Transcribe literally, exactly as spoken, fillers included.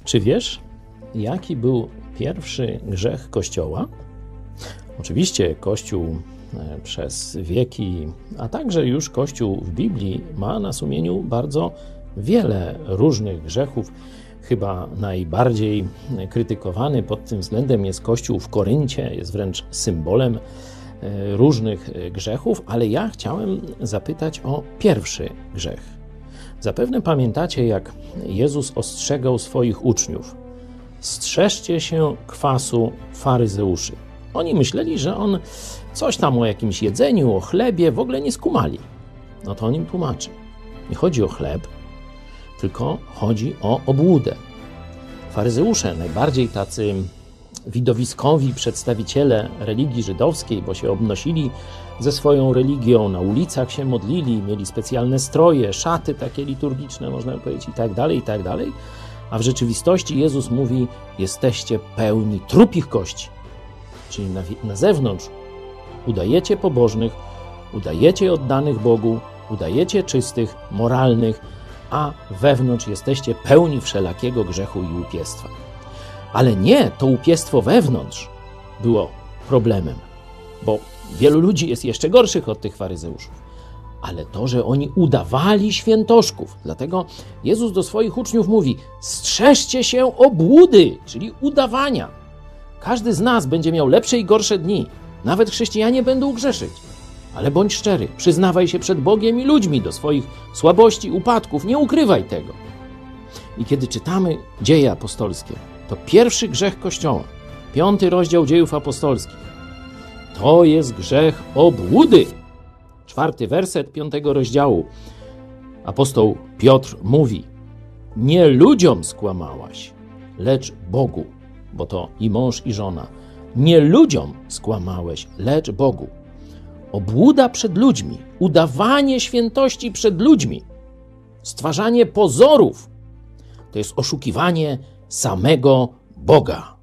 Czy wiesz, jaki był pierwszy grzech Kościoła? Oczywiście Kościół przez wieki, a także już Kościół w Biblii ma na sumieniu bardzo wiele różnych grzechów. Chyba najbardziej krytykowany pod tym względem jest Kościół w Koryncie, jest wręcz symbolem różnych grzechów, ale ja chciałem zapytać o pierwszy grzech. Zapewne pamiętacie, jak Jezus ostrzegał swoich uczniów: strzeżcie się kwasu faryzeuszy. Oni myśleli, że on coś tam o jakimś jedzeniu, o chlebie w ogóle nie skumali. No to on im tłumaczy. Nie chodzi o chleb, tylko chodzi o obłudę. Faryzeusze, najbardziej tacy widowiskowi przedstawiciele religii żydowskiej, bo się obnosili ze swoją religią, na ulicach się modlili, mieli specjalne stroje, szaty takie liturgiczne, można powiedzieć, i tak dalej, i tak dalej. A w rzeczywistości Jezus mówi: jesteście pełni trupich kości. Czyli na, na zewnątrz udajecie pobożnych, udajecie oddanych Bogu, udajecie czystych, moralnych, a wewnątrz jesteście pełni wszelakiego grzechu i łupiestwa. Ale nie, to łupiestwo wewnątrz było problemem, bo wielu ludzi jest jeszcze gorszych od tych faryzeuszów. Ale to, że oni udawali świętoszków. Dlatego Jezus do swoich uczniów mówi: strzeżcie się obłudy, czyli udawania. Każdy z nas będzie miał lepsze i gorsze dni. Nawet chrześcijanie będą grzeszyć. Ale bądź szczery, przyznawaj się przed Bogiem i ludźmi do swoich słabości, upadków. Nie ukrywaj tego. I kiedy czytamy Dzieje apostolskie, to pierwszy grzech Kościoła, piąty rozdział Dziejów apostolskich, to jest grzech obłudy. Czwarty werset piątego rozdziału. Apostoł Piotr mówi: nie ludziom skłamałaś, lecz Bogu. Bo to i mąż, i żona. Nie ludziom skłamałeś, lecz Bogu. Obłuda przed ludźmi, udawanie świętości przed ludźmi, stwarzanie pozorów, to jest oszukiwanie samego Boga.